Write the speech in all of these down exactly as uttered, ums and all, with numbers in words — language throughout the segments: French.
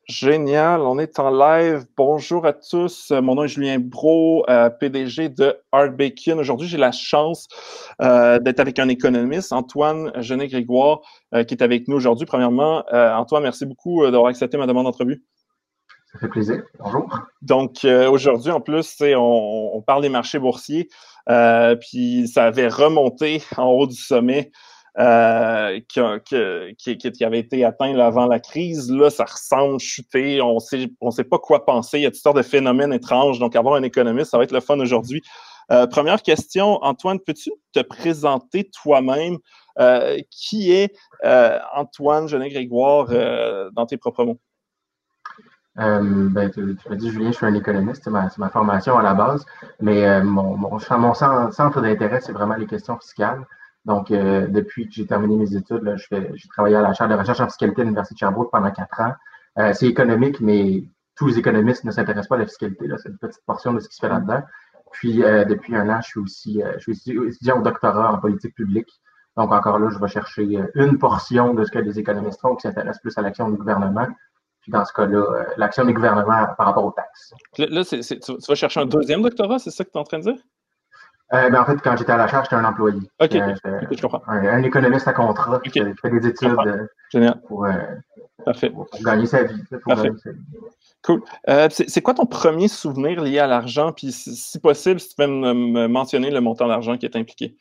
Génial, on est en live. Bonjour à tous. Mon nom est Julien Brault, euh, P D G de Art Bacon. Aujourd'hui, j'ai la chance euh, d'être avec un économiste, Antoine Genet-Grégoire, euh, qui est avec nous aujourd'hui. Premièrement, euh, Antoine, merci beaucoup euh, d'avoir accepté ma demande d'entrevue. Ça fait plaisir. Bonjour. Donc, euh, aujourd'hui, en plus, on, on parle des marchés boursiers, euh, puis ça avait remonté en haut du sommet. Euh, qui, qui, qui, qui avait été atteint là, avant la crise. Là, ça ressemble chuter. On sait, on sait pas quoi penser. Il y a toutes sortes de phénomènes étranges. Donc, avoir un économiste, ça va être le fun aujourd'hui. Euh, première question, Antoine, peux-tu te présenter toi-même? Euh, qui est euh, Antoine Genet-Grégoire euh, dans tes propres mots? Euh, ben, tu, tu m'as dit, Julien, je suis un économiste, c'est ma, ma formation à la base, mais euh, mon, mon, mon centre d'intérêt, c'est vraiment les questions fiscales. Donc, euh, depuis que j'ai terminé mes études, là, je fais, j'ai travaillé à la chaire de recherche en fiscalité à l'Université de Sherbrooke pendant quatre ans. Euh, c'est économique, mais tous les économistes ne s'intéressent pas à la fiscalité. Là, c'est une petite portion de ce qui se fait là-dedans. Puis, euh, depuis un an, je suis aussi euh, je suis étudiant au doctorat en politique publique. Donc, encore là, je vais chercher une portion de ce que les économistes font qui s'intéressent plus à l'action du gouvernement. Puis dans ce cas-là, euh, l'action des gouvernements par rapport aux taxes. Là, là c'est, c'est, tu, tu vas chercher un deuxième doctorat, c'est ça que tu es en train de dire? Euh, ben, en fait, quand j'étais à la chaire, j'étais un employé. OK, J'étais, okay. j'étais Je comprends. Un, un économiste à contrat. Okay. Je fais des études Génial. Pour, euh, Parfait. pour, pour gagner sa vie. Pour Parfait. Gagner sa vie. Cool. Euh, c'est, c'est quoi ton premier souvenir lié à l'argent? Puis, si, si possible, si tu peux me, me mentionner le montant d'argent qui est impliqué.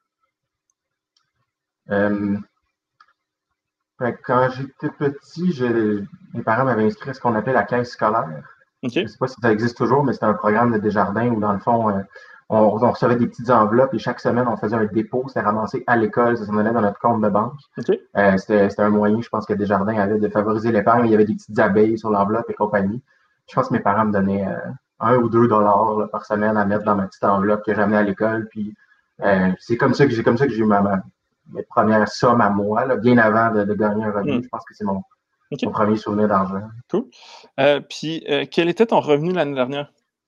Euh, quand j'étais petit, je, mes parents m'avaient inscrit à ce qu'on appelait la caisse scolaire. Okay. Je ne sais pas si ça existe toujours, mais c'était un programme de Desjardins où, dans le fond, euh, on, on recevait des petites enveloppes et chaque semaine, on faisait un dépôt. C'était ramassé à l'école, ça s'en allait dans notre compte de banque. Okay. Euh, c'était, c'était un moyen, je pense, que Desjardins avait de favoriser l'épargne. Il y avait des petites abeilles sur l'enveloppe et compagnie. Je pense que mes parents me donnaient euh, un ou deux dollars là, par semaine à mettre dans ma petite enveloppe que j'amenais à l'école. Puis euh, c'est comme ça que j'ai comme ça que j'ai eu ma, ma mes premières sommes à moi, là, bien avant de, de gagner un revenu. Mm. Je pense que c'est mon, okay. mon premier souvenir d'argent. Cool. Euh, puis, euh, quel était ton revenu l'année dernière?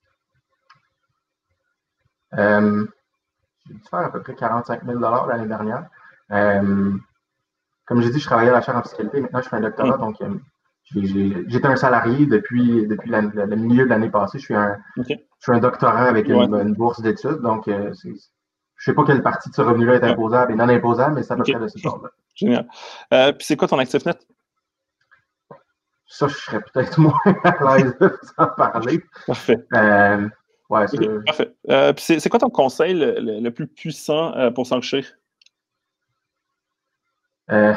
Euh, j'ai dû faire à peu près quarante-cinq mille dollars l'année dernière. Euh, comme j'ai dit, je travaillais à la chaire en fiscalité. Maintenant, je fais un doctorat. Mm. Donc, euh, j'ai, j'ai, j'étais un salarié depuis, depuis la, le, le milieu de l'année passée. Je suis un, okay. je suis un doctorant avec une, ouais. une bourse d'études. Donc, euh, c'est, je ne sais pas quelle partie de ce revenu-là est imposable et non imposable, mais c'est à peu okay. près de ce genre-là. Génial. Euh, puis c'est quoi ton actif net? Ça, je serais peut-être moins à l'aise de vous en parler. Parfait. Euh, ouais, c'est... Okay, parfait. Euh, puis c'est, c'est quoi ton conseil le, le, le plus puissant euh, pour s'enrichir? Euh,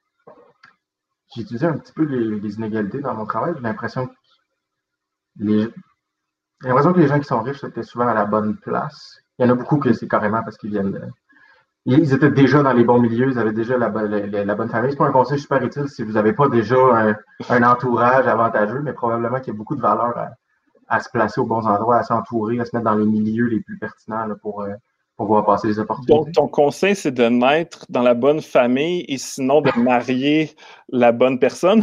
j'ai étudié un petit peu les, les inégalités dans mon travail. J'ai l'impression que les, j'ai l'impression que les gens qui sont riches étaient souvent à la bonne place. Il y en a beaucoup que c'est carrément parce qu'ils viennent de... Ils étaient déjà dans les bons milieux, ils avaient déjà la, la, la bonne famille. C'est pas un conseil super utile si vous n'avez pas déjà un, un entourage avantageux, mais probablement qu'il y a beaucoup de valeur à, à se placer aux bons endroits, à s'entourer, à se mettre dans les milieux les plus pertinents là, pour, euh, pour pouvoir passer les opportunités. Donc, ton conseil, c'est de naître dans la bonne famille et sinon de marier la bonne personne?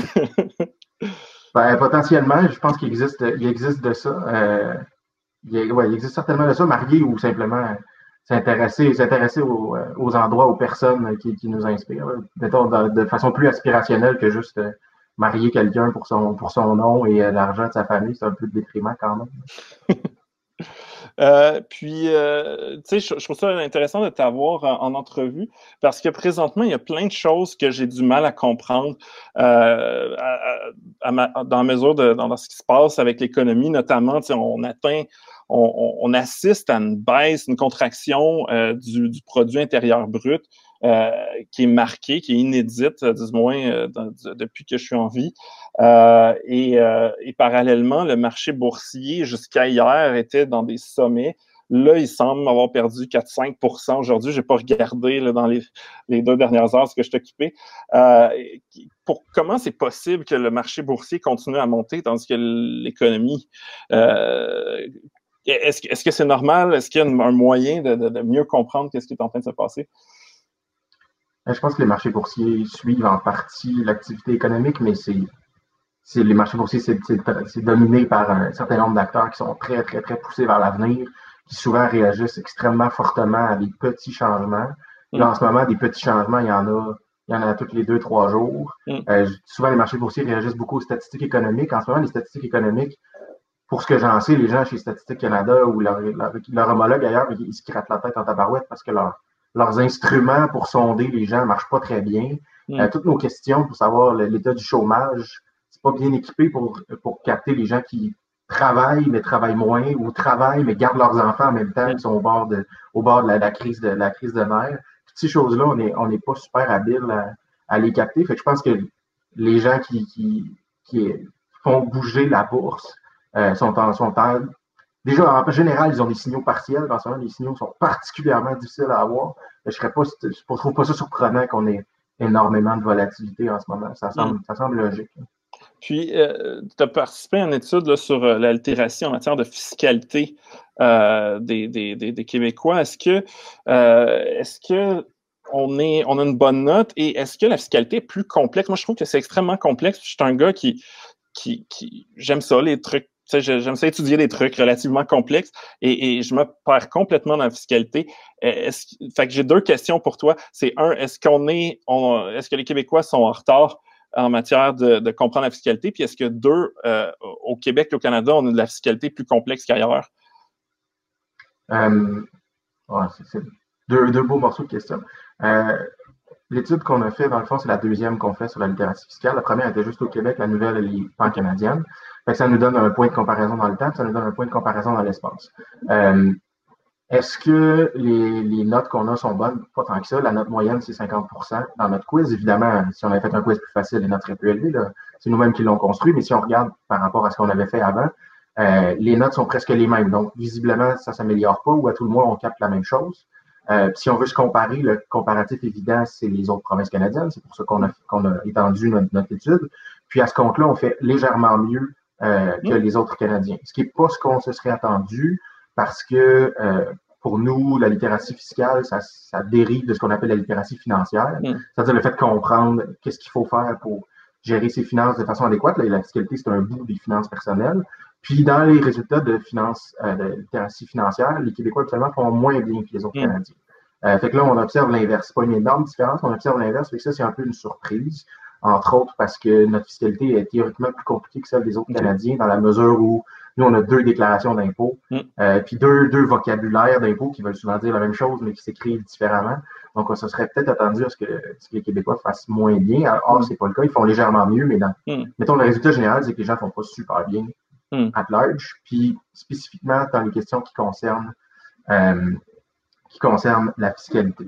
Ben, potentiellement, je pense qu'il existe, il existe de ça. Euh, il, ouais, il existe certainement de ça, marier ou simplement s'intéresser, s'intéresser aux, aux endroits, aux personnes qui, qui nous inspirent. Mettons, de, de façon plus aspirationnelle que juste euh, marier quelqu'un pour son, pour son nom et euh, l'argent de sa famille. C'est un peu déprimant quand même. Euh, puis, euh, tu sais, je, je trouve ça intéressant de t'avoir en, en entrevue parce que présentement, il y a plein de choses que j'ai du mal à comprendre euh, à, à, à ma, dans la mesure de dans, dans ce qui se passe avec l'économie, notamment, tu sais, on atteint, on, on assiste à une baisse, une contraction euh, du, du produit intérieur brut. Euh, qui est marquée, qui est inédite, du moins euh, dans, depuis que je suis en vie. Euh, et, euh, et parallèlement, le marché boursier, jusqu'à hier, était dans des sommets. Là, il semble avoir perdu quatre à cinq pour cent aujourd'hui. Je n'ai pas regardé là, dans les, les deux dernières heures ce que je suis occupé. Euh, pour, comment c'est possible que le marché boursier continue à monter tandis que l'économie... Euh, est-ce, est-ce que c'est normal? Est-ce qu'il y a un moyen de, de, de mieux comprendre ce qui est en train de se passer? Je pense que les marchés boursiers suivent en partie l'activité économique, mais c'est, c'est les marchés boursiers, c'est, c'est, c'est dominé par un certain nombre d'acteurs qui sont très, très, très poussés vers l'avenir, qui souvent réagissent extrêmement fortement à des petits changements. Là, en ce moment, des petits changements, il y en a il y en a tous les deux, trois jours. Mm. Euh, souvent, les marchés boursiers réagissent beaucoup aux statistiques économiques. En ce moment, les statistiques économiques, pour ce que j'en sais, les gens chez Statistique Canada ou leur, leur, leur homologue ailleurs, ils, ils se grattent la tête en tabarouette parce que leur, leurs instruments pour sonder les gens ne marchent pas très bien. Mm. Euh, toutes nos questions pour savoir l'état du chômage, c'est pas bien équipé pour, pour capter les gens qui travaillent mais travaillent moins ou travaillent mais gardent leurs enfants en même temps, qui sont au bord de, au bord de la, la crise de la crise de nerfs. Toutes ces choses-là, on n'est on est pas super habile à, à les capter. Fait que je pense que les gens qui, qui, qui font bouger la bourse euh, sont en, sont en déjà, en général, ils ont des signaux partiels. Dans ce moment, les signaux sont particulièrement difficiles à avoir. Je ne pas, je trouve pas ça surprenant qu'on ait énormément de volatilité en ce moment. Ça semble, mm. ça semble logique. Puis, euh, tu as participé à une étude là, sur euh, l'altération en matière de fiscalité euh, des, des, des, des Québécois. Est-ce que, euh, est-ce que on, est, on a une bonne note et est-ce que la fiscalité est plus complexe? Moi, je trouve que c'est extrêmement complexe. Je suis un gars qui, qui, qui j'aime ça, les trucs. Tu sais, j'aime ça étudier des trucs relativement complexes et, et je me perds complètement dans la fiscalité. Est-ce, fait que j'ai deux questions pour toi. C'est un, est-ce qu'on est, on, est-ce que les Québécois sont en retard en matière de, de comprendre la fiscalité? Puis est-ce que deux, euh, au Québec et au Canada, on a de la fiscalité plus complexe qu'ailleurs? Euh, ouais, c'est, c'est deux, deux beaux morceaux de questions. Euh, l'étude qu'on a fait, dans le fond, c'est la deuxième qu'on fait sur la littératie fiscale. La première était juste au Québec, la nouvelle, elle est pan-canadienne. Fait que ça nous donne un point de comparaison dans le temps, ça nous donne un point de comparaison dans l'espace. Euh, est-ce que les, les notes qu'on a sont bonnes? Pas tant que ça. La note moyenne, c'est cinquante pour cent dans notre quiz. Évidemment, si on avait fait un quiz plus facile, les notes seraient plus élevées. Là. C'est nous-mêmes qui l'ont construit, mais si on regarde par rapport à ce qu'on avait fait avant, euh, les notes sont presque les mêmes. Donc, visiblement, ça ne s'améliore pas ou à tout le moins, on capte la même chose. Euh, si on veut se comparer, le comparatif évident, c'est les autres provinces canadiennes. C'est pour ça qu'on a, qu'on a étendu notre, notre étude. Puis à ce compte-là, on fait légèrement mieux euh, que les autres Canadiens. Ce qui n'est pas ce qu'on se serait attendu parce que euh, pour nous, la littératie fiscale, ça, ça dérive de ce qu'on appelle la littératie financière. Mm. C'est-à-dire le fait de comprendre qu'est-ce qu'il faut faire pour gérer ses finances de façon adéquate. Là, la fiscalité, c'est un bout des finances personnelles. Puis, dans les résultats de, finance, euh, de littératie financière, les Québécois actuellement font moins bien que les autres mmh. Canadiens. Euh, fait que là, on observe l'inverse. C'est pas une énorme différence, on observe l'inverse. Fait que ça, c'est un peu une surprise, entre autres parce que notre fiscalité est théoriquement plus compliquée que celle des autres mmh. Canadiens, dans la mesure où nous, on a deux déclarations d'impôts, mmh. euh, puis deux, deux vocabulaires d'impôts qui veulent souvent dire la même chose, mais qui s'écrivent différemment. Donc, on se serait peut-être attendu à ce que, ce que les Québécois fassent moins bien. Or, mmh. c'est pas le cas. Ils font légèrement mieux, mais dans, mmh. mettons, le résultat général, c'est que les gens font pas super bien. Mm. at large, puis spécifiquement dans les questions qui concernent, euh, qui concernent la fiscalité.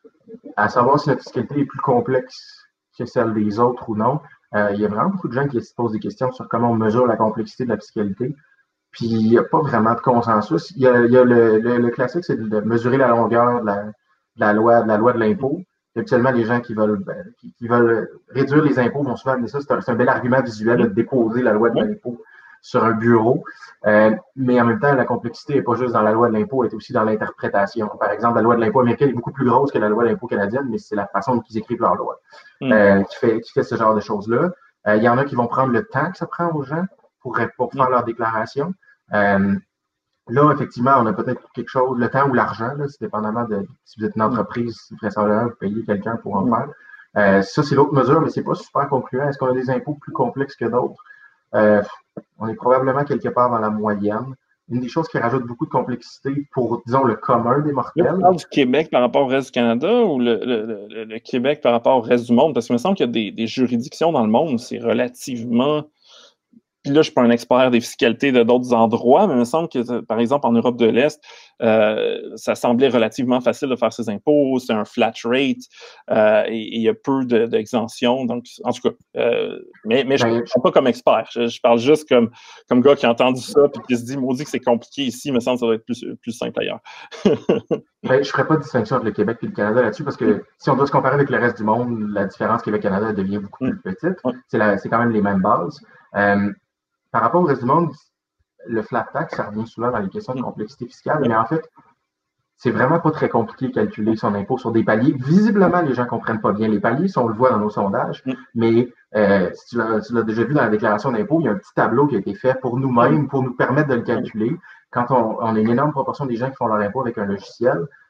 À savoir si la fiscalité est plus complexe que celle des autres ou non, euh, il y a vraiment beaucoup de gens qui se posent des questions sur comment on mesure la complexité de la fiscalité, puis il n'y a pas vraiment de consensus. Il y a, il y a le, le, le classique, c'est de mesurer la longueur de la, de la loi de la loi de l'impôt. Actuellement, les gens qui veulent, ben, qui, qui veulent réduire les impôts vont souvent amener ça. C'est un, c'est un bel argument visuel de déposer la loi de l'impôt sur un bureau, euh, mais en même temps, la complexité n'est pas juste dans la loi de l'impôt, elle est aussi dans l'interprétation. Par exemple, la loi de l'impôt américaine est beaucoup plus grosse que la loi de l'impôt canadienne, mais c'est la façon dont ils écrivent leur loi mm. euh, qui, fait, qui fait ce genre de choses-là. Euh, il y en a qui vont prendre le temps que ça prend aux gens pour, pour faire mm. leur déclaration. Euh, là, effectivement, on a peut-être quelque chose, le temps ou l'argent, là, c'est dépendamment de si vous êtes une entreprise, si vraisemblablement vous payez quelqu'un pour en mm. faire. Euh, ça, c'est l'autre mesure, mais c'est pas super concluant. Est-ce qu'on a des impôts plus complexes que d'autres? Euh, on est probablement quelque part dans la moyenne. Une des choses qui rajoute beaucoup de complexité pour, disons, le commun des mortels. Tu parles du Québec par rapport au reste du Canada ou le, le, le, le Québec par rapport au reste du monde? Parce qu'il me semble qu'il y a des, des juridictions dans le monde où c'est relativement... Puis là, je ne suis pas un expert des fiscalités de d'autres endroits, mais il me semble que, par exemple, en Europe de l'Est, euh, ça semblait relativement facile de faire ses impôts. C'est un flat rate euh, et il y a peu de, d'exemptions. Donc, en tout cas, euh, mais, mais je ne parle pas comme expert. Je, je parle juste comme, comme gars qui a entendu ça et qui se dit, maudit que c'est compliqué ici, il me semble que ça doit être plus, plus simple ailleurs. Ben, je ne ferai pas de distinction entre le Québec et le Canada là-dessus parce que si on doit se comparer avec le reste du monde, la différence Québec-Canada devient beaucoup plus petite. Mm. C'est, la, c'est quand même les mêmes bases. Euh, Par rapport au reste du monde, le flat tax, ça revient souvent dans les questions de complexité fiscale, mais en fait, c'est vraiment pas très compliqué de calculer son impôt sur des paliers. Visiblement, les gens ne comprennent pas bien les paliers, si on le voit dans nos sondages, mais euh, si tu l'as, tu l'as déjà vu dans la déclaration d'impôt, il y a un petit tableau qui a été fait pour nous-mêmes, pour nous permettre de le calculer. Quand on, on a une énorme proportion des gens qui font leur impôt avec un logiciel,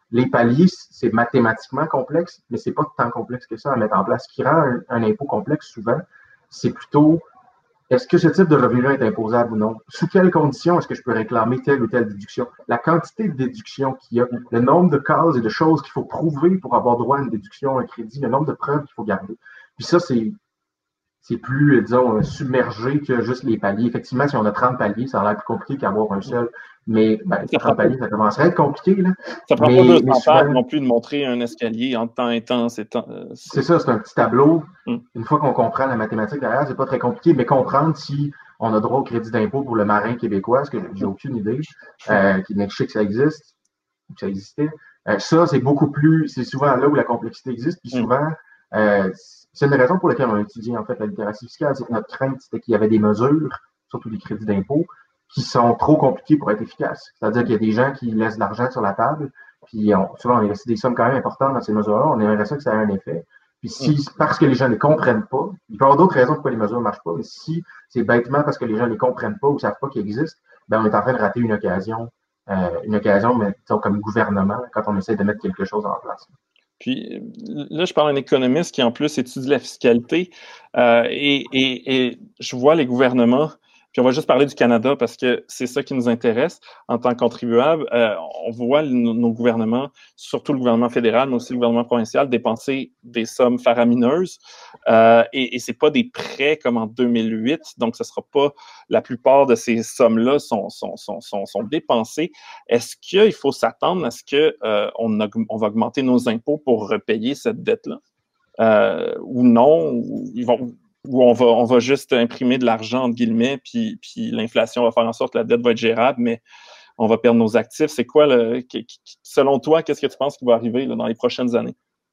Les paliers, c'est mathématiquement complexe, mais c'est pas tant complexe que ça à mettre en place. Ce qui rend un, un impôt complexe, souvent, c'est plutôt est-ce que ce type de revenu-là est imposable ou non? Sous quelles conditions est-ce que je peux réclamer telle ou telle déduction? La quantité de déductions qu'il y a, le nombre de cases et de choses qu'il faut prouver pour avoir droit à une déduction, un crédit, le nombre de preuves qu'il faut garder. Puis ça, c'est c'est plus, disons, submergé que juste les paliers. Effectivement, si on a trente paliers, ça a l'air plus compliqué qu'avoir un seul. Mais ben, trente paliers, ça commencerait à être compliqué. Là. Ça prend mais, pas deux mais cents souvent, pages non plus de montrer un escalier en temps et temps. C'est c'est ça, c'est un petit tableau. Mm. Une fois qu'on comprend la mathématique derrière, c'est pas très compliqué, mais comprendre si on a droit au crédit d'impôt pour le marin québécois, ce que j'ai aucune idée, euh, qui n'est que ça existe, ou que ça existait. Euh, ça, c'est beaucoup plus, c'est souvent là où la complexité existe, puis souvent, euh, c'est une des raisons pour lesquelles on a étudié en fait la littératie fiscale, c'est que notre crainte, c'était qu'il y avait des mesures, surtout des crédits d'impôt, qui sont trop compliquées pour être efficaces. C'est-à-dire qu'il y a des gens qui laissent de l'argent sur la table, puis on, souvent on investit des sommes quand même importantes dans ces mesures-là, on aimerait ça que ça ait un effet. Puis si, parce que les gens ne comprennent pas, il peut y avoir d'autres raisons pourquoi les mesures ne marchent pas, mais si c'est bêtement parce que les gens ne les comprennent pas ou ne savent pas qu'ils existent, ben on est en train de rater une occasion, euh, une occasion, mais disons, comme gouvernement, quand on essaie de mettre quelque chose en place. Puis là, je parle d'un économiste qui, en plus, étudie la fiscalité euh, et, et, et je vois les gouvernements, puis on va juste parler du Canada parce que c'est ça qui nous intéresse en tant que contribuables. Euh, on voit nos, nos gouvernements, surtout le gouvernement fédéral, mais aussi le gouvernement provincial, dépenser des sommes faramineuses euh, et, et c'est pas des prêts comme en deux mille huit, donc ce sera pas, la plupart de ces sommes-là sont, sont, sont, sont, sont dépensées. Est-ce qu'il faut s'attendre à ce qu'on euh, on va augmenter nos impôts pour repayer cette dette-là? Euh, ou non? Ou, ils vont, ou on, va, on va juste imprimer de l'argent, entre guillemets, puis, puis l'inflation va faire en sorte que la dette va être gérable, mais on va perdre nos actifs. C'est quoi, le, selon toi, qu'est-ce que tu penses qui va arriver là, dans les prochaines années?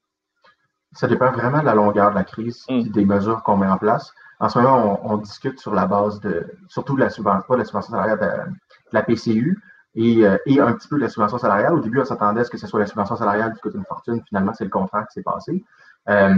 Ça dépend vraiment de la longueur de la crise et mm. des mesures qu'on met en place. En ce moment, on, on discute sur la base de, surtout de la subvention, pas de la subvention salariale, de, de la P C U et, euh, et un petit peu de la subvention salariale. Au début, on s'attendait à ce que ce soit la subvention salariale qui coûte une fortune. Finalement, c'est le contraire qui s'est passé. Euh,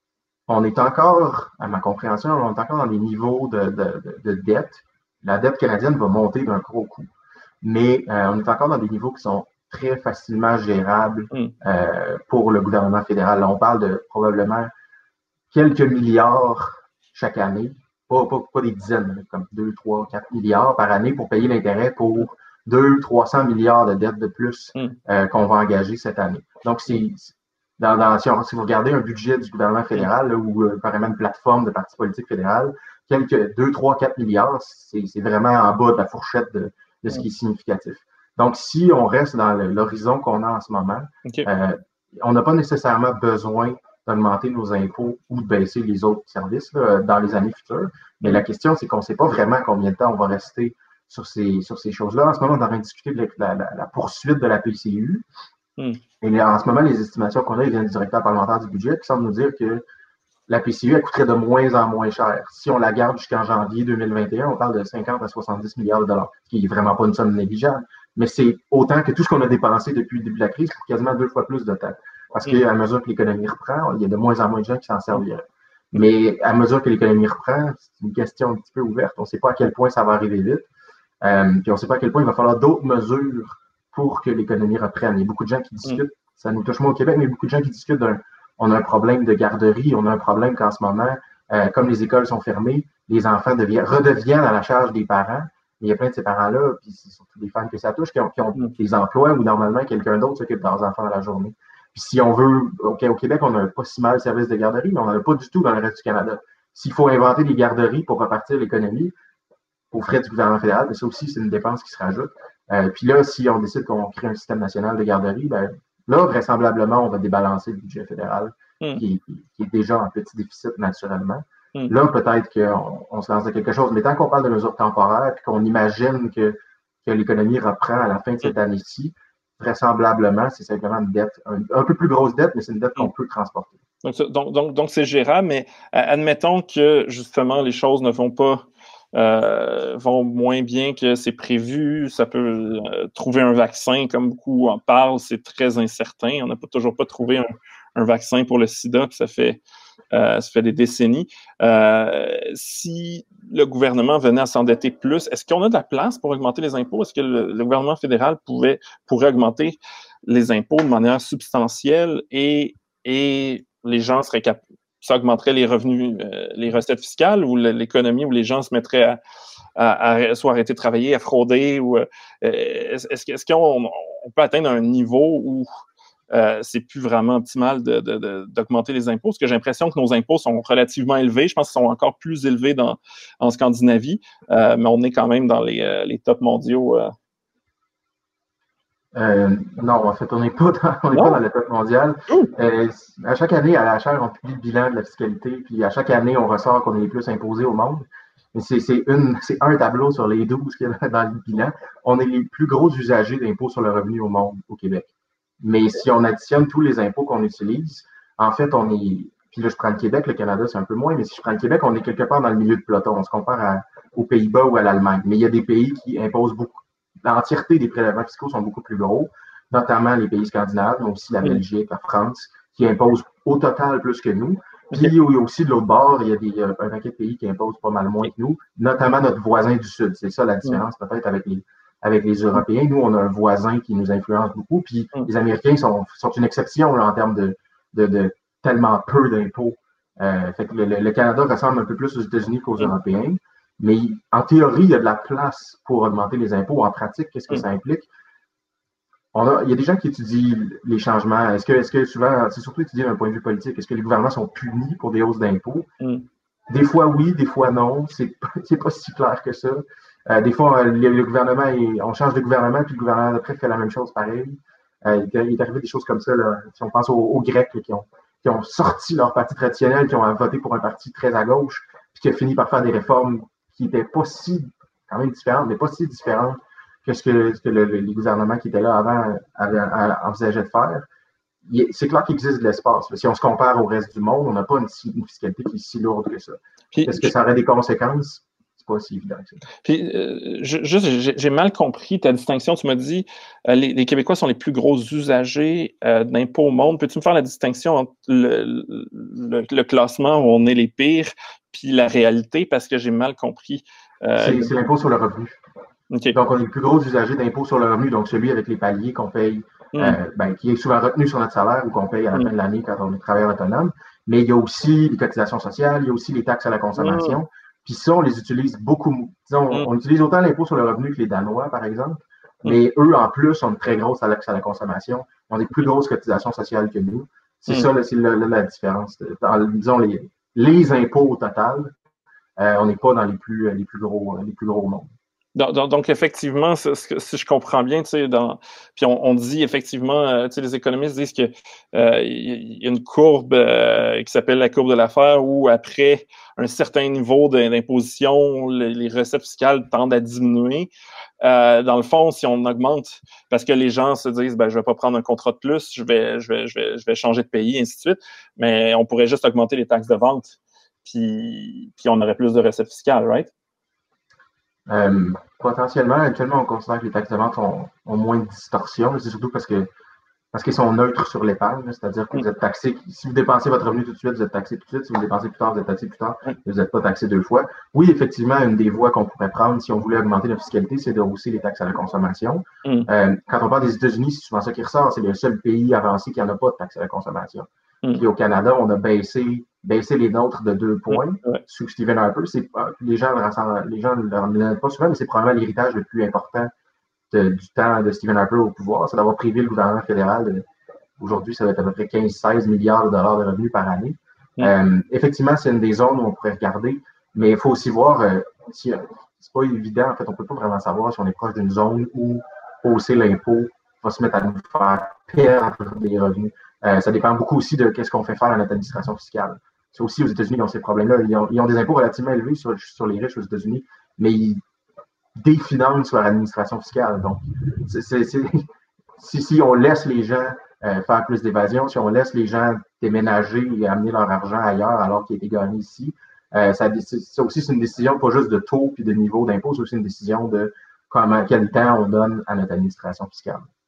on est encore, à ma compréhension, on est encore dans des niveaux de, de, de, de dette. La dette canadienne va monter d'un gros coup. Mais euh, on est encore dans des niveaux qui sont très facilement gérables mm. euh, pour le gouvernement fédéral. Là, on parle de probablement quelques milliards chaque année, pas, pas, pas des dizaines, comme deux, trois, quatre milliards par année pour payer l'intérêt pour deux, trois cents milliards de dettes de plus mm. euh, qu'on va engager cette année. Donc, c'est dans, dans, si, on, si vous regardez un budget du gouvernement fédéral là, ou euh, carrément une plateforme de parti politique fédéral, quelques deux, trois, quatre milliards, c'est vraiment en bas de la fourchette de, de ce qui est significatif. Donc, si on reste dans l'horizon qu'on a en ce moment, okay. euh, on n'a pas nécessairement besoin d'augmenter nos impôts ou de baisser les autres services là, dans les années futures. Mais la question, c'est qu'on ne sait pas vraiment combien de temps on va rester sur ces, sur ces choses-là. En ce moment, on est en train de discuter de la, la, la poursuite de la P C U. Mm. Et là, en ce moment, les estimations qu'on a, ils viennent du directeur parlementaire du budget qui semble nous dire que la P C U, elle coûterait de moins en moins cher. Si on la garde jusqu'en janvier deux mille vingt et un, on parle de cinquante à soixante-dix milliards de dollars, ce qui n'est vraiment pas une somme négligeable. Mais c'est autant que tout ce qu'on a dépensé depuis le début de la crise pour quasiment deux fois plus de temps. Parce qu'à mesure que l'économie reprend, il y a de moins en moins de gens qui s'en serviraient. Mais à mesure que l'économie reprend, c'est une question un petit peu ouverte. On ne sait pas à quel point ça va arriver vite. Euh, puis on ne sait pas à quel point il va falloir d'autres mesures pour que l'économie reprenne. Il y a beaucoup de gens qui discutent, ça nous touche moins au Québec, mais il y a beaucoup de gens qui discutent d'un on a un problème de garderie, on a un problème qu'en ce moment, euh, comme les écoles sont fermées, les enfants deviennent, redeviennent à la charge des parents. Il y a plein de ces parents-là, puis c'est surtout des femmes que ça touche, qui ont, qui ont mm. des emplois où normalement quelqu'un d'autre s'occupe de leurs enfants dans la journée. Puis si on veut, okay, au Québec, on n'a pas si mal de service de garderie, mais on n'en a pas du tout dans le reste du Canada. S'il faut inventer des garderies pour repartir l'économie, aux frais du gouvernement fédéral, mais ça aussi, c'est une dépense qui se rajoute. Euh, puis là, si on décide qu'on crée un système national de garderie, ben là, vraisemblablement, on va débalancer le budget fédéral, mm. qui, qui, qui est déjà en petit déficit naturellement. Mm. Là, peut-être qu'on on se lance dans quelque chose. Mais tant qu'on parle de mesures temporaires et qu'on imagine que, que l'économie reprend à la fin de cette année-ci, vraisemblablement, c'est simplement une dette, un, un peu plus grosse dette, mais c'est une dette qu'on mm. peut transporter. Donc, donc, donc, c'est gérable, mais admettons que, justement, les choses ne vont pas Euh, vont moins bien que c'est prévu. Ça peut euh, trouver un vaccin, comme beaucoup en parlent, c'est très incertain. On n'a pas, toujours pas trouvé un, un vaccin pour le sida, puis ça fait, euh, ça fait des décennies. Euh, si le gouvernement venait à s'endetter plus, est-ce qu'on a de la place pour augmenter les impôts? Est-ce que le, le gouvernement fédéral pouvait, pourrait augmenter les impôts de manière substantielle et, et les gens seraient capables, ça augmenterait les revenus, euh, les recettes fiscales ou l'économie où les gens se mettraient à, à, à soit arrêter de travailler, à frauder ou euh, est-ce, est-ce qu'on on peut atteindre un niveau où euh, c'est plus vraiment optimal de, de, de, d'augmenter les impôts? Parce que j'ai l'impression que nos impôts sont relativement élevés. Je pense qu'ils sont encore plus élevés dans, en Scandinavie, euh, mais on est quand même dans les, euh, les tops mondiaux. Euh. Euh, non, en fait, on n'est pas dans, on n'est pas dans la top mondiale. Euh, à chaque année, à la chaire, on publie le bilan de la fiscalité, puis à chaque année, on ressort qu'on est les plus imposés au monde. Mais c'est, c'est, une, c'est un tableau sur les douze qu'il y a dans le bilan. On est les plus gros usagers d'impôts sur le revenu au monde, au Québec. Mais si on additionne tous les impôts qu'on utilise, en fait, on est. Puis là, je prends le Québec, le Canada, c'est un peu moins, mais si je prends le Québec, on est quelque part dans le milieu de peloton. On se compare à, aux Pays-Bas ou à l'Allemagne. Mais il y a des pays qui imposent beaucoup. L'entièreté des prélèvements fiscaux sont beaucoup plus gros, notamment les pays scandinaves, mais aussi la Belgique, la France, qui imposent au total plus que nous. Puis okay. aussi de l'autre bord, il y a des, un paquet de pays qui imposent pas mal moins que nous, notamment notre voisin du Sud. C'est ça la différence mm. peut-être avec les, avec les Européens. Nous, on a un voisin qui nous influence beaucoup, puis mm. les Américains sont, sont une exception là, en termes de, de, de tellement peu d'impôts. Euh, fait que le, le, Canada ressemble un peu plus aux États-Unis qu'aux mm. Européens. Mais en théorie, il y a de la place pour augmenter les impôts. En pratique, qu'est-ce que mm. ça implique? On a, il y a des gens qui étudient les changements. Est-ce que, est-ce que souvent, c'est surtout étudié d'un point de vue politique, est-ce que les gouvernements sont punis pour des hausses d'impôts? Mm. Des fois oui, des fois non. C'est, c'est pas si clair que ça. Euh, des fois, le, le gouvernement, est, on change de gouvernement, puis le gouvernement d'après fait la même chose pareil. Euh, il est arrivé des choses comme ça. Là. Si on pense aux, aux Grecs là, qui, ont, qui ont sorti leur parti traditionnel, qui ont voté pour un parti très à gauche, puis qui a fini par faire des réformes qui n'étaient pas si, quand même différentes, mais pas si différentes que ce que, ce que le, le, les gouvernements qui étaient là avant avaient, envisageaient de faire. Il, c'est clair qu'il existe de l'espace. Si on se compare au reste du monde, on n'a pas une, une fiscalité qui est si lourde que ça. Puis, Est-ce que ça aurait des conséquences? C'est pas si évident que ça. Puis, euh, je, juste, j'ai, j'ai mal compris ta distinction. Tu m'as dit euh, les, les Québécois sont les plus gros usagers euh, d'impôts au monde. Peux-tu me faire la distinction entre le, le, le classement où on est les pires puis la réalité, parce que j'ai mal compris. Euh, c'est, c'est l'impôt sur le revenu. Okay. Donc, on est le plus gros usager d'impôt sur le revenu, donc celui avec les paliers qu'on paye, mm. euh, ben, qui est souvent retenu sur notre salaire ou qu'on paye à la mm. fin de l'année quand on est travailleur autonome. Mais il y a aussi les cotisations sociales, il y a aussi les taxes à la consommation. Mm. Puis ça, on les utilise beaucoup. Disons, mm. on utilise autant l'impôt sur le revenu que les Danois, par exemple. Mm. Mais eux, en plus, ont une très grosse taxe à la consommation. Ils ont des plus grosses cotisations sociales que nous. C'est mm. ça, là, c'est là, là, la différence. Dans, disons, les, les impôts au total, euh, on n'est pas dans les plus, les plus gros, les plus gros au monde. Donc, donc, donc, effectivement, si je comprends bien, tu sais, dans, puis on, on dit effectivement, euh, tu sais, les économistes disent que euh, il y a une courbe euh, qui s'appelle la courbe de l'affaire où après un certain niveau d'imposition, les, les recettes fiscales tendent à diminuer. Euh, dans le fond, si on augmente, parce que les gens se disent, ben, je vais pas prendre un contrat de plus, je vais, je vais, je vais, je vais changer de pays, ainsi de suite. Mais on pourrait juste augmenter les taxes de vente, puis, puis on aurait plus de recettes fiscales, right? Euh, potentiellement, actuellement, on considère que les taxes de vente ont, ont moins de distorsion. C'est surtout parce que parce qu'ils sont neutres sur l'épargne, c'est-à-dire que vous êtes taxé, si vous dépensez votre revenu tout de suite, vous êtes taxé tout de suite, si vous dépensez plus tard, vous êtes taxé plus tard, vous n'êtes pas taxé deux fois. Oui, effectivement, une des voies qu'on pourrait prendre si on voulait augmenter la fiscalité, c'est de hausser les taxes à la consommation. Mm. Euh, quand on parle des États-Unis, c'est souvent ça qui ressort, c'est le seul pays avancé qui n'en a pas de taxes à la consommation. Mm. Puis au Canada, on a baissé, baissé les nôtres de deux points mm. ouais. sous Stephen Harper. C'est, les gens les gens ne le donnent pas souvent, mais c'est probablement l'héritage le plus important de, du temps de Stephen Harper au pouvoir, c'est d'avoir privé le gouvernement fédéral de, aujourd'hui, ça va être à peu près quinze à seize milliards de dollars de revenus par année. Mm. Euh, effectivement, c'est une des zones où on pourrait regarder, mais il faut aussi voir, euh, si, c'est pas évident, en fait, on ne peut pas vraiment savoir si on est proche d'une zone où hausser l'impôt va se mettre à nous faire perdre des revenus. Euh, ça dépend beaucoup aussi de ce qu'on fait faire à notre administration fiscale. C'est aussi aux États-Unis, ils ont ces problèmes-là. Ils ont, ils ont des impôts relativement élevés sur, sur les riches aux États-Unis, mais ils définancent leur administration fiscale. Donc, c'est, c'est, c'est, si, si on laisse les gens Euh, faire plus d'évasion, si on laisse les gens déménager et amener leur argent ailleurs alors qu'il a été gagné ici, euh, ça, ça aussi, c'est une décision pas juste de taux puis de niveau d'impôt, c'est aussi une décision de comment, quel temps on donne à notre administration fiscale.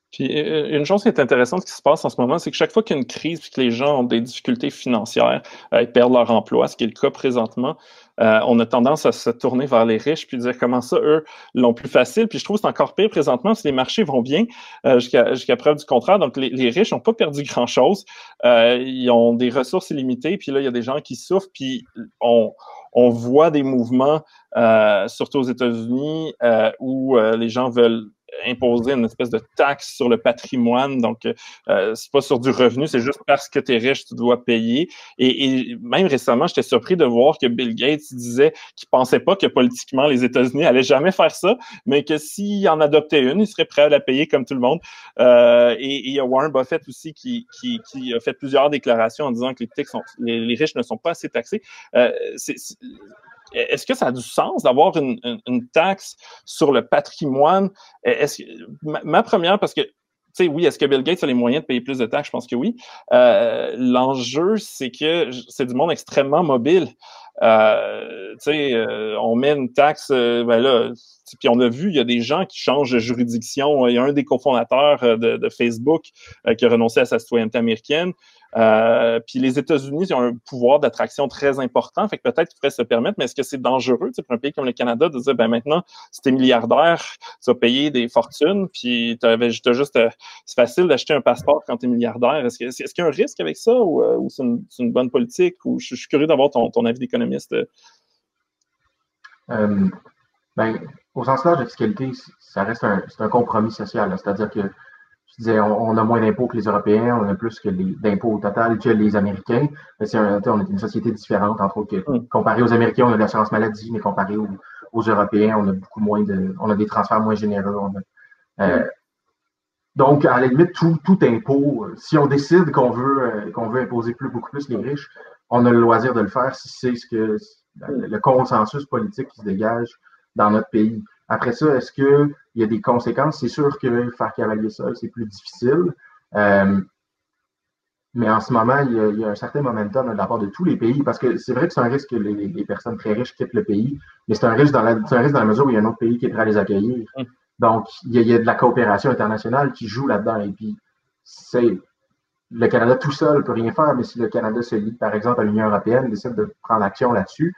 Puis une chose qui est intéressante qui se passe en ce moment, c'est que chaque fois qu'il y a une crise et que les gens ont des difficultés financières, euh, ils perdent leur emploi, ce qui est le cas présentement, euh, on a tendance à se tourner vers les riches puis dire comment ça, eux, l'ont plus facile. Puis je trouve que c'est encore pire présentement parce que les marchés vont bien euh, jusqu'à jusqu'à preuve du contraire. Donc les, les riches n'ont pas perdu grand-chose. Euh, ils ont des ressources illimitées. Puis là, il y a des gens qui souffrent. Puis on, on voit des mouvements, euh, surtout aux États-Unis, euh, où euh, les gens veulent imposer une espèce de taxe sur le patrimoine. Donc, euh, c'est pas sur du revenu, c'est juste parce que tu es riche, tu dois payer. Et, et même récemment, j'étais surpris de voir que Bill Gates disait qu'il pensait pas que politiquement, les États-Unis allaient jamais faire ça, mais que s'il en adoptait une, il serait prêt à la payer comme tout le monde. Euh, et il y a Warren Buffett aussi qui, qui, qui a fait plusieurs déclarations en disant que les, sont, les, les riches ne sont pas assez taxés. Euh, c'est, c'est, Est-ce que ça a du sens d'avoir une, une, une taxe sur le patrimoine? Est-ce que, ma, ma première, parce que, tu sais, oui, est-ce que Bill Gates a les moyens de payer plus de taxes? Je pense que oui. Euh, l'enjeu, c'est que c'est du monde extrêmement mobile. Euh, tu sais, euh, on met une taxe, euh, ben là, puis on a vu, il y a des gens qui changent de juridiction. Il y a un des cofondateurs de, de Facebook euh, qui a renoncé à sa citoyenneté américaine. Euh, puis les États-Unis ils ont un pouvoir d'attraction très important, fait que peut-être qu'ils pourraient se permettre, mais est-ce que c'est dangereux pour un pays comme le Canada de dire, ben maintenant, si t'es milliardaire, tu vas payer des fortunes, puis t'as, t'as juste, euh, c'est facile d'acheter un passeport quand t'es milliardaire. Est-ce, que, est-ce qu'il y a un risque avec ça ou, euh, ou c'est, une, c'est une bonne politique? Ou je, je suis curieux d'avoir ton, ton avis d'économiste. Euh, ben, au sens large, la fiscalité, ça reste un, c'est un compromis social. Là. C'est-à-dire que je disais, on, on a moins d'impôts que les Européens, on a plus que les, d'impôts au total que les Américains. Mais c'est un, on est une société différente, entre autres. Que, Mm. comparé aux Américains, on a de l'assurance maladie, mais comparé aux, aux Européens, on a beaucoup moins de, on a des transferts moins généreux. On a, euh, mm. Donc, à la limite, tout, tout impôt, si on décide qu'on veut, euh, qu'on veut imposer plus, beaucoup plus les riches, on a le loisir de le faire si c'est ce que le, le consensus politique qui se dégage dans notre pays. Après ça, est-ce qu'il y a des conséquences? C'est sûr que faire cavalier ça, c'est plus difficile. Euh, mais en ce moment, il y, a, il y, a, un certain momentum de la part de tous les pays, parce que c'est vrai que c'est un risque que les, les personnes très riches quittent le pays, mais c'est un risque dans la, c'est un risque dans la mesure où il y a un autre pays qui est prêt à les accueillir. Mm. Donc, il y, a, il y a de la coopération internationale qui joue là-dedans. Et puis, c'est le Canada tout seul ne peut rien faire, mais si le Canada se lie, par exemple, à l'Union européenne, décide de prendre action là-dessus,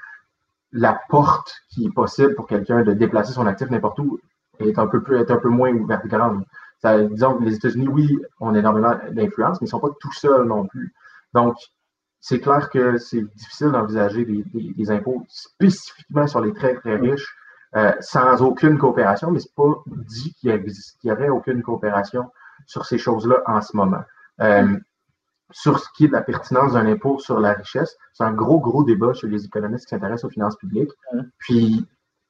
la porte qui est possible pour quelqu'un de déplacer son actif n'importe où est un peu, plus, est un peu moins ouverte grande. Ça, disons que les États-Unis, oui, ont énormément d'influence, mais ils ne sont pas tout seuls non plus. Donc, c'est clair que c'est difficile d'envisager des, des, des impôts spécifiquement sur les très, très riches euh, sans aucune coopération, mais ce n'est pas dit qu'il existe, qu'il n'y aurait aucune coopération sur ces choses-là en ce moment. Euh, sur ce qui est de la pertinence d'un impôt sur la richesse, c'est un gros, gros débat chez les économistes qui s'intéressent aux finances publiques. Puis,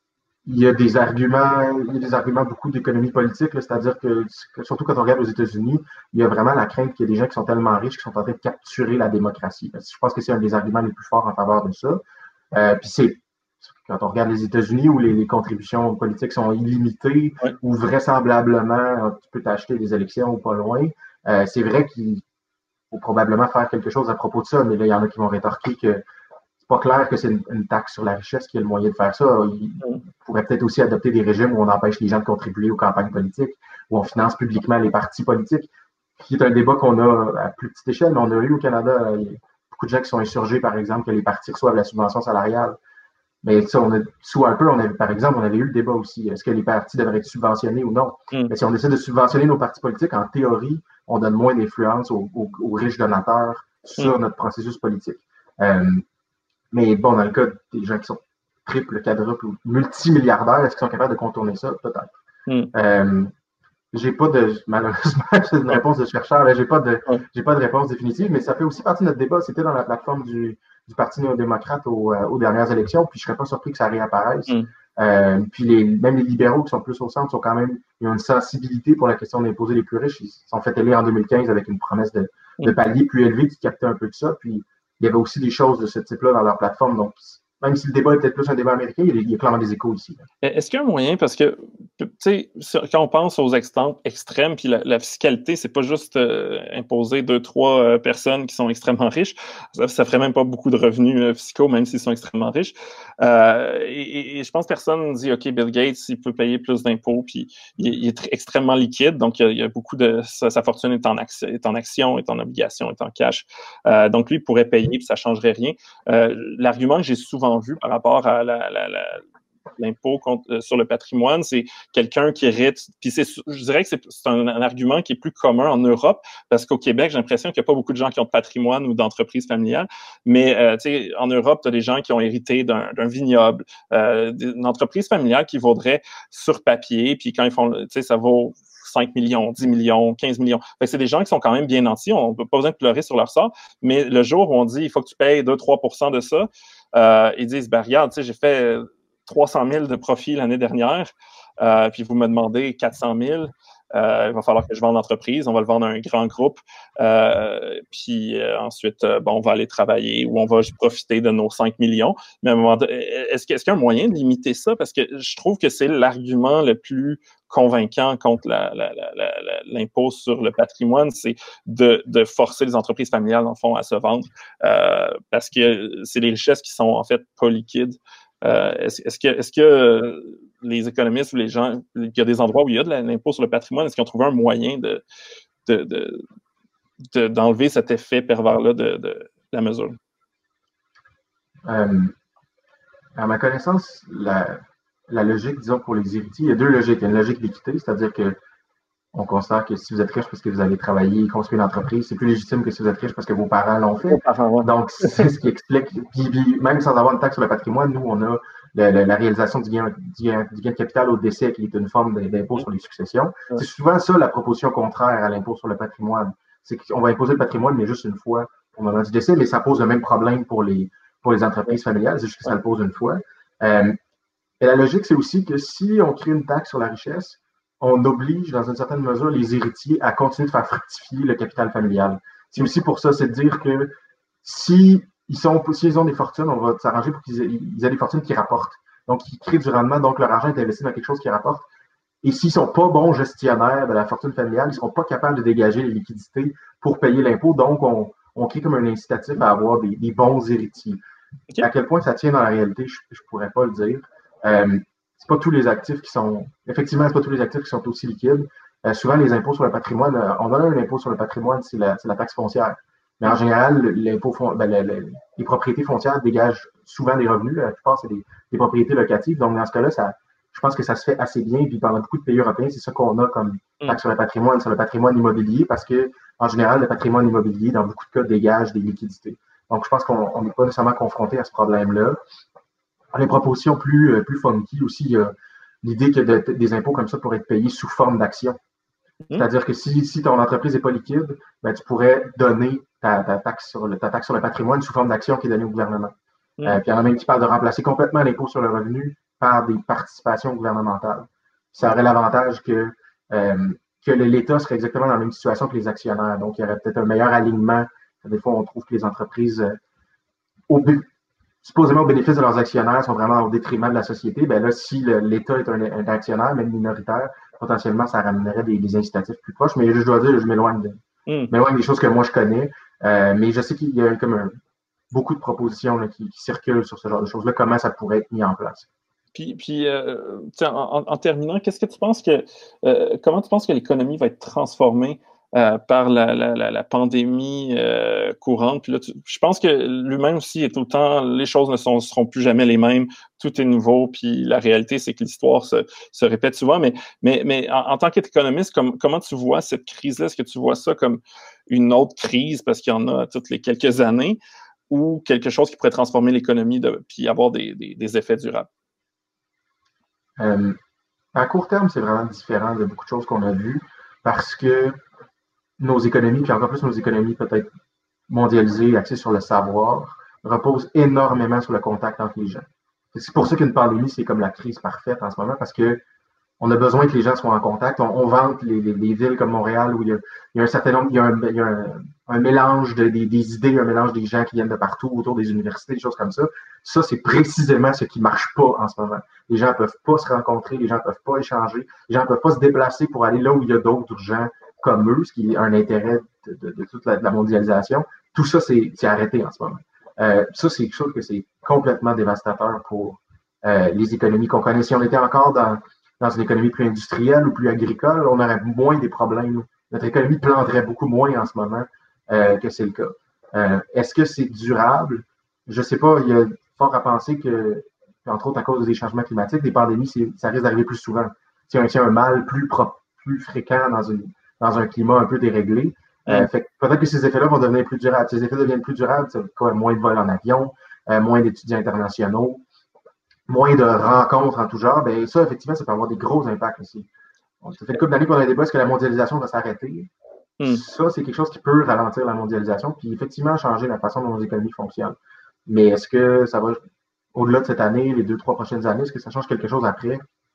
il y a des arguments, il y a des arguments beaucoup d'économie politique, là, c'est-à-dire que, surtout quand on regarde aux États-Unis, il y a vraiment la crainte qu'il y ait des gens qui sont tellement riches qui sont en train de capturer la démocratie. Je pense que c'est un des arguments les plus forts en faveur de ça. Euh, puis c'est quand on regarde les États-Unis où les, les contributions politiques sont illimitées, ouais. Où vraisemblablement tu peux t'acheter des élections ou pas loin, euh, c'est vrai qu'il faut probablement faire quelque chose à propos de ça, mais là, il y en a qui vont rétorquer que c'est pas clair que c'est une, une taxe sur la richesse qui est le moyen de faire ça. Il pourrait peut-être aussi adopter des régimes où on empêche les gens de contribuer aux campagnes politiques, où on finance publiquement les partis politiques, qui est un débat qu'on a à plus petite échelle, mais on a eu au Canada, il y a beaucoup de gens qui sont insurgés, par exemple, que les partis reçoivent la subvention salariale. Mais ça, on a, sous un peu, on avait, par exemple, on avait eu le débat aussi. Est-ce que les partis devraient être subventionnés ou non? Mm. Mais si on décide de subventionner nos partis politiques, en théorie, on donne moins d'influence aux, aux, aux riches donateurs sur mm. notre processus politique. Euh, mais bon, dans le cas des gens qui sont triple, quadruple ou multimilliardaires, est-ce qu'ils sont capables de contourner ça? Peut-être. Mm. Euh, j'ai pas de, malheureusement, c'est une réponse de chercheur, là, j'ai pas de, mm. j'ai pas de réponse définitive, mais ça fait aussi partie de notre débat. C'était dans la plateforme du, du Parti néo-démocrate aux, euh, aux dernières élections, puis je serais pas surpris que ça réapparaisse. Mm. Euh, puis les, même les libéraux qui sont plus au centre sont quand même, ils ont une sensibilité pour la question d'imposer les plus riches. Ils se sont fait élire en deux mille quinze avec une promesse de, mm. de palier plus élevé qui captait un peu de ça. Puis il y avait aussi des choses de ce type-là dans leur plateforme. Donc, même si le débat est peut-être plus un débat américain, il y a, il y a clairement des échos ici. Là. Est-ce qu'il y a un moyen, parce que tu sais, quand on pense aux exemples extrêmes, puis la, la fiscalité, c'est pas juste euh, imposer deux, trois euh, personnes qui sont extrêmement riches. Ça, ça ferait même pas beaucoup de revenus euh, fiscaux, même s'ils sont extrêmement riches. Euh, et, et je pense que personne dit, OK, Bill Gates, il peut payer plus d'impôts, puis il, il est très, extrêmement liquide, donc il y a, il y a beaucoup de... Sa, sa fortune est en, action, est en action, est en obligation, est en cash. Euh, donc lui, il pourrait payer, puis ça changerait rien. Euh, l'argument que j'ai souvent vu par rapport à la, la, la l'impôt contre, euh, sur le patrimoine, c'est quelqu'un qui hérite. Puis c'est, je dirais que c'est, c'est un, un argument qui est plus commun en Europe, parce qu'au Québec, j'ai l'impression qu'il n'y a pas beaucoup de gens qui ont de patrimoine ou d'entreprise familiale. Mais euh, tu sais, en Europe, tu as des gens qui ont hérité d'un, d'un vignoble, euh, d'une entreprise familiale qui vaudrait sur papier, puis quand ils font, tu sais, ça vaut cinq millions, dix millions, quinze millions. Fait que c'est des gens qui sont quand même bien nantis. On n'a pas besoin de pleurer sur leur sort. Mais le jour où on dit il faut que tu payes deux à trois pour cent de ça, euh, ils disent ben, regarde, tu sais, j'ai fait trois cent mille de profit l'année dernière, euh, puis vous me demandez quatre cent mille. Euh, il va falloir que je vende l'entreprise, on va le vendre à un grand groupe, euh, puis euh, ensuite, euh, bon, on va aller travailler ou on va juste profiter de nos cinq millions. Mais à un moment donné, est-ce, est-ce qu'il y a un moyen de limiter ça? Parce que je trouve que c'est l'argument le plus convaincant contre la, la, la, la, l'impôt sur le patrimoine, c'est de, de forcer les entreprises familiales, dans le fond, à se vendre, euh, parce que c'est les richesses qui sont, en fait, pas liquides. Euh, est-ce, est-ce, que, est-ce que les économistes ou les gens, il y a des endroits où il y a de l'impôt sur le patrimoine, est-ce qu'ils ont trouvé un moyen de, de, de, de, d'enlever cet effet pervers-là de, de la mesure? Euh, à ma connaissance, la, la logique, disons, pour les héritiers, il y a deux logiques. Il y a une logique d'équité, c'est-à-dire que on considère que si vous êtes riche parce que vous avez travaillé, construit une entreprise, c'est plus légitime que si vous êtes riche parce que vos parents l'ont fait. Donc, c'est ce qui explique. Puis, puis même sans avoir une taxe sur le patrimoine, nous, on a le, le, la réalisation du gain, du, gain, du gain de capital au décès qui est une forme d'impôt sur les successions. Ouais. C'est souvent ça la proposition contraire à l'impôt sur le patrimoine. C'est qu'on va imposer le patrimoine, mais juste une fois au moment du décès, mais ça pose le même problème pour les, pour les entreprises familiales, c'est juste que ça le pose une fois. Euh, et la logique, c'est aussi que si on crée une taxe sur la richesse, on oblige, dans une certaine mesure, les héritiers à continuer de faire fructifier le capital familial. C'est aussi pour ça, c'est de dire que si ils, sont, si ils ont des fortunes, on va s'arranger pour qu'ils aient, ils aient des fortunes qui rapportent. Donc, ils créent du rendement, donc leur argent est investi dans quelque chose qui rapporte. Et s'ils ne sont pas bons gestionnaires de la fortune familiale, ils ne seront pas capables de dégager les liquidités pour payer l'impôt. Donc, on, on crée comme un incitatif à avoir des, des bons héritiers. Okay. À quel point ça tient dans la réalité, je ne pourrais pas le dire. Euh, c'est pas tous les actifs qui sont, effectivement, c'est pas tous les actifs qui sont aussi liquides. Euh, souvent, les impôts sur le patrimoine, euh, on a un impôt sur le patrimoine, c'est la, c'est la taxe foncière. Mais en général, l'impôt, ben, le, le, les propriétés foncières dégagent souvent des revenus. La plupart, c'est des, des propriétés locatives. Donc, dans ce cas-là, ça, je pense que ça se fait assez bien. Puis, dans beaucoup de pays européens, c'est ça qu'on a comme taxe sur le patrimoine, sur le patrimoine immobilier, parce que, en général, le patrimoine immobilier, dans beaucoup de cas, dégage des liquidités. Donc, je pense qu'on n'est pas nécessairement confronté à ce problème-là. Les propositions plus, plus funky aussi, il y a l'idée que de, des impôts comme ça pourraient être payés sous forme d'actions. Mmh. C'est-à-dire que si, si ton entreprise n'est pas liquide, ben, tu pourrais donner ta, ta, taxe sur le, ta taxe sur le patrimoine sous forme d'action qui est donnée au gouvernement. Mmh. Euh, puis il y en a même qui parlent de remplacer complètement l'impôt sur le revenu par des participations gouvernementales. Ça aurait l'avantage que, euh, que l'État serait exactement dans la même situation que les actionnaires. Donc, il y aurait peut-être un meilleur alignement. Des fois, on trouve que les entreprises, euh, au but, supposément au bénéfice de leurs actionnaires, sont vraiment au détriment de la société, ben là, si le, l'État est un, un actionnaire, même minoritaire, potentiellement, ça ramènerait des, des incitatifs plus proches. Mais je dois dire, je m'éloigne, de, mm. m'éloigne des choses que moi, je connais. Euh, mais je sais qu'il y a comme un, beaucoup de propositions là, qui, qui circulent sur ce genre de choses-là, comment ça pourrait être mis en place. Puis, puis euh, en, en terminant, qu'est-ce que tu penses que, euh, comment tu penses que l'économie va être transformée Euh, par la, la, la, la pandémie euh, courante. Puis là, tu, je pense que l'humain aussi est tout le temps, les choses ne sont, seront plus jamais les mêmes, tout est nouveau, puis la réalité, c'est que l'histoire se, se répète souvent. Mais, mais, mais en, en tant qu'économiste, comme, comment tu vois cette crise-là? Est-ce que tu vois ça comme une autre crise, parce qu'il y en a toutes les quelques années, ou quelque chose qui pourrait transformer l'économie de, puis avoir des, des, des effets durables? Euh, à court terme, c'est vraiment différent de beaucoup de choses qu'on a vues, parce que nos économies, puis encore plus nos économies peut-être mondialisées, axées sur le savoir, reposent énormément sur le contact entre les gens. C'est pour ça qu'une pandémie, c'est comme la crise parfaite en ce moment, parce que on a besoin que les gens soient en contact. On, on vante les, les, les villes comme Montréal où il y a, il y a un certain nombre, il y a un, il y a un, un mélange de, des, des idées, un mélange des gens qui viennent de partout autour des universités, des choses comme ça. Ça, c'est précisément ce qui marche pas en ce moment. Les gens peuvent pas se rencontrer, les gens peuvent pas échanger, les gens peuvent pas se déplacer pour aller là où il y a d'autres gens comme eux, ce qui est un intérêt de, de, de toute la, de la mondialisation. Tout ça, c'est arrêté en ce moment. Euh, ça, c'est quelque chose que c'est complètement dévastateur pour euh, les économies qu'on connaît. Si on était encore dans, dans une économie plus industrielle ou plus agricole, on aurait moins des problèmes. Notre économie planterait beaucoup moins en ce moment euh, que c'est le cas. Euh, Est-ce que c'est durable? Je ne sais pas. Il y a fort à penser que, entre autres à cause des changements climatiques, des pandémies, ça risque d'arriver plus souvent. Si on tient un mal plus, propre, plus fréquent dans, une, dans un climat un peu déréglé, Euh, fait peut-être que ces effets-là vont devenir plus durables. Ces effets deviennent plus durables, c'est quoi, moins de vols en avion, euh, moins d'étudiants internationaux, moins de rencontres en tout genre. Ben, ça, effectivement, ça peut avoir des gros impacts aussi. On, ça fait une couple d'années qu'on a un débat, est-ce que la mondialisation va s'arrêter? Mm. Ça, c'est quelque chose qui peut ralentir la mondialisation, puis effectivement changer la façon dont nos économies fonctionnent. Mais est-ce que ça va, au-delà de cette année, les deux, trois prochaines années, est-ce que ça change quelque chose après?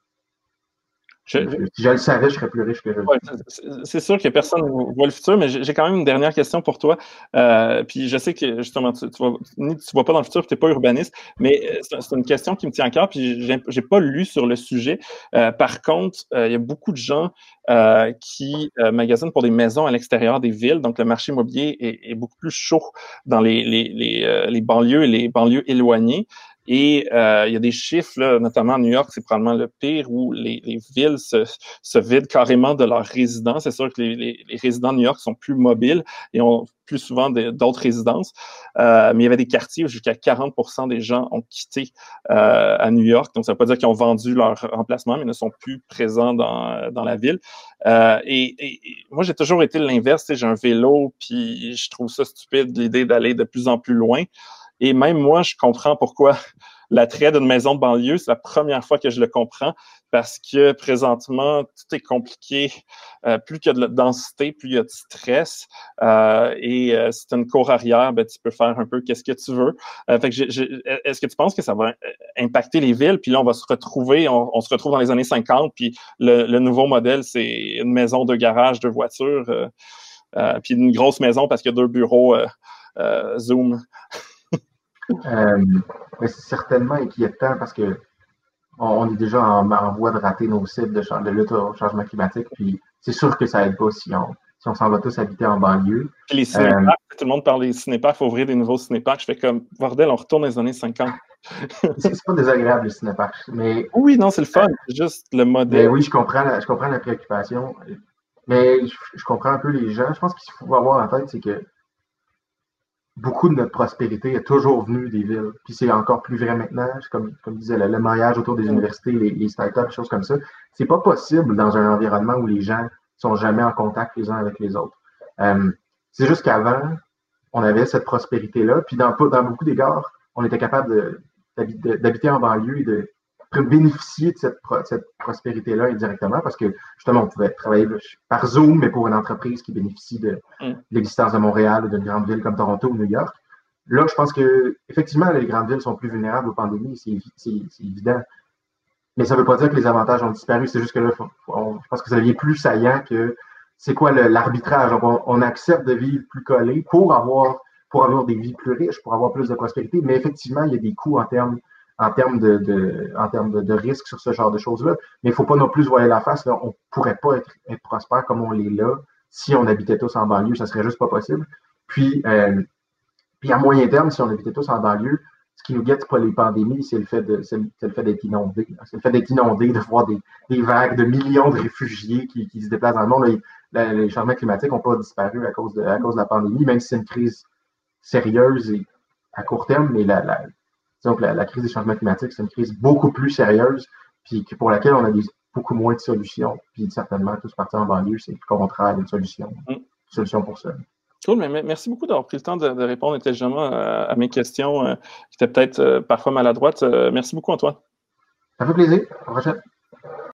Je, si je le savais, je serais plus riche que je. Ouais, c'est sûr que personne ne voit le futur, mais j'ai quand même une dernière question pour toi. Euh, puis je sais que justement, tu ne tu, tu vois pas dans le futur, tu n'es pas urbaniste, mais c'est une question qui me tient à cœur, puis j'ai pas lu sur le sujet. Euh, par contre, euh, il y a beaucoup de gens euh, qui euh, magasinent pour des maisons à l'extérieur des villes, donc le marché immobilier est, est beaucoup plus chaud dans les, les, les, euh, les banlieues et les banlieues éloignées. Et euh, il y a des chiffres, là, notamment à New York, c'est probablement le pire, où les, les villes se, se vident carrément de leurs résidents. C'est sûr que les, les, les résidents de New York sont plus mobiles et ont plus souvent d'autres résidences. Euh, mais il y avait des quartiers où jusqu'à quarante pour cent des gens ont quitté euh, à New York. Donc, ça ne veut pas dire qu'ils ont vendu leur emplacement, mais ne sont plus présents dans, dans la ville. Euh, et, et, et moi, j'ai toujours été l'inverse. J'ai un vélo, puis je trouve ça stupide, l'idée d'aller de plus en plus loin. Et même moi, je comprends pourquoi l'attrait d'une maison de banlieue, c'est la première fois que je le comprends parce que présentement, tout est compliqué. Euh, plus qu'il y a de la densité, plus il y a de stress. Euh, et euh, si tu as une cour arrière, ben, tu peux faire un peu qu'est-ce que tu veux. Euh, fait que est-ce que tu penses que ça va impacter les villes? Puis là, on va se retrouver, on, on se retrouve dans les années cinquante, puis le, le nouveau modèle, c'est une maison, deux garages, deux voitures, euh, euh, puis une grosse maison parce qu'il y a deux bureaux euh, euh, Zoom. Euh, c'est certainement inquiétant parce que on, on est déjà en, en voie de rater nos cibles de, de lutte au changement climatique. Puis c'est sûr que ça aide pas si on si on s'en va tous habiter en banlieue. Puis les cinéparks, euh, tout le monde parle des cinéparks, il faut ouvrir des nouveaux cinéparks. Je fais comme, bordel, on retourne dans les années cinquante. C'est pas désagréable, les cinéparks. Mais, oui, non, c'est le fun. Euh, c'est juste le modèle. Mais oui, je comprends la, je comprends la préoccupation. Mais je, je comprends un peu les gens. Je pense qu'il faut avoir en tête, c'est que beaucoup de notre prospérité est toujours venue des villes. Puis c'est encore plus vrai maintenant. Comme, comme disait, le, le maillage autour des universités, les, les startups, des choses comme ça. C'est pas possible dans un environnement où les gens sont jamais en contact les uns avec les autres. Euh, c'est juste qu'avant, on avait cette prospérité-là. Puis dans, dans beaucoup d'égards, on était capable d'habiter en banlieue et de bénéficier de cette, pro, cette prospérité-là indirectement parce que justement, on pouvait travailler par Zoom, mais pour une entreprise qui bénéficie de, mm. de l'existence de Montréal ou d'une grande ville comme Toronto ou New York. Là, je pense que effectivement, les grandes villes sont plus vulnérables aux pandémies, c'est évident. Mais ça ne veut pas dire que les avantages ont disparu, c'est juste que là, faut, on, je pense que ça devient plus saillant que c'est quoi l'arbitrage. On, on accepte de vivre plus collé pour avoir, pour avoir des vies plus riches, pour avoir plus de prospérité, mais effectivement, il y a des coûts en termes en termes de, de, en termes de, de risque sur ce genre de choses-là. Mais il ne faut pas non plus se voiler la face. Là. On ne pourrait pas être, être prospère comme on l'est là si on habitait tous en banlieue. Ça ne serait juste pas possible. Puis, euh, puis, à moyen terme, si on habitait tous en banlieue, ce qui nous guette, ce n'est pas les pandémies, c'est le fait d'être inondé. C'est le fait d'être inondé, de voir des, des vagues de millions de réfugiés qui, qui se déplacent dans le monde. Les, les changements climatiques n'ont pas disparu à cause, de, à cause de la pandémie, même si c'est une crise sérieuse et à court terme, mais la, la Donc, la, la crise des changements climatiques, c'est une crise beaucoup plus sérieuse, puis pour laquelle on a des, beaucoup moins de solutions. Puis certainement, tous partir en banlieue, c'est le contraire d'une solution. Mm. Une solution pour ça. Cool, mais merci beaucoup d'avoir pris le temps de, de répondre intelligemment à, à mes questions euh, qui étaient peut-être euh, parfois maladroites. Euh, merci beaucoup, Antoine. Ça fait plaisir. À la prochaine.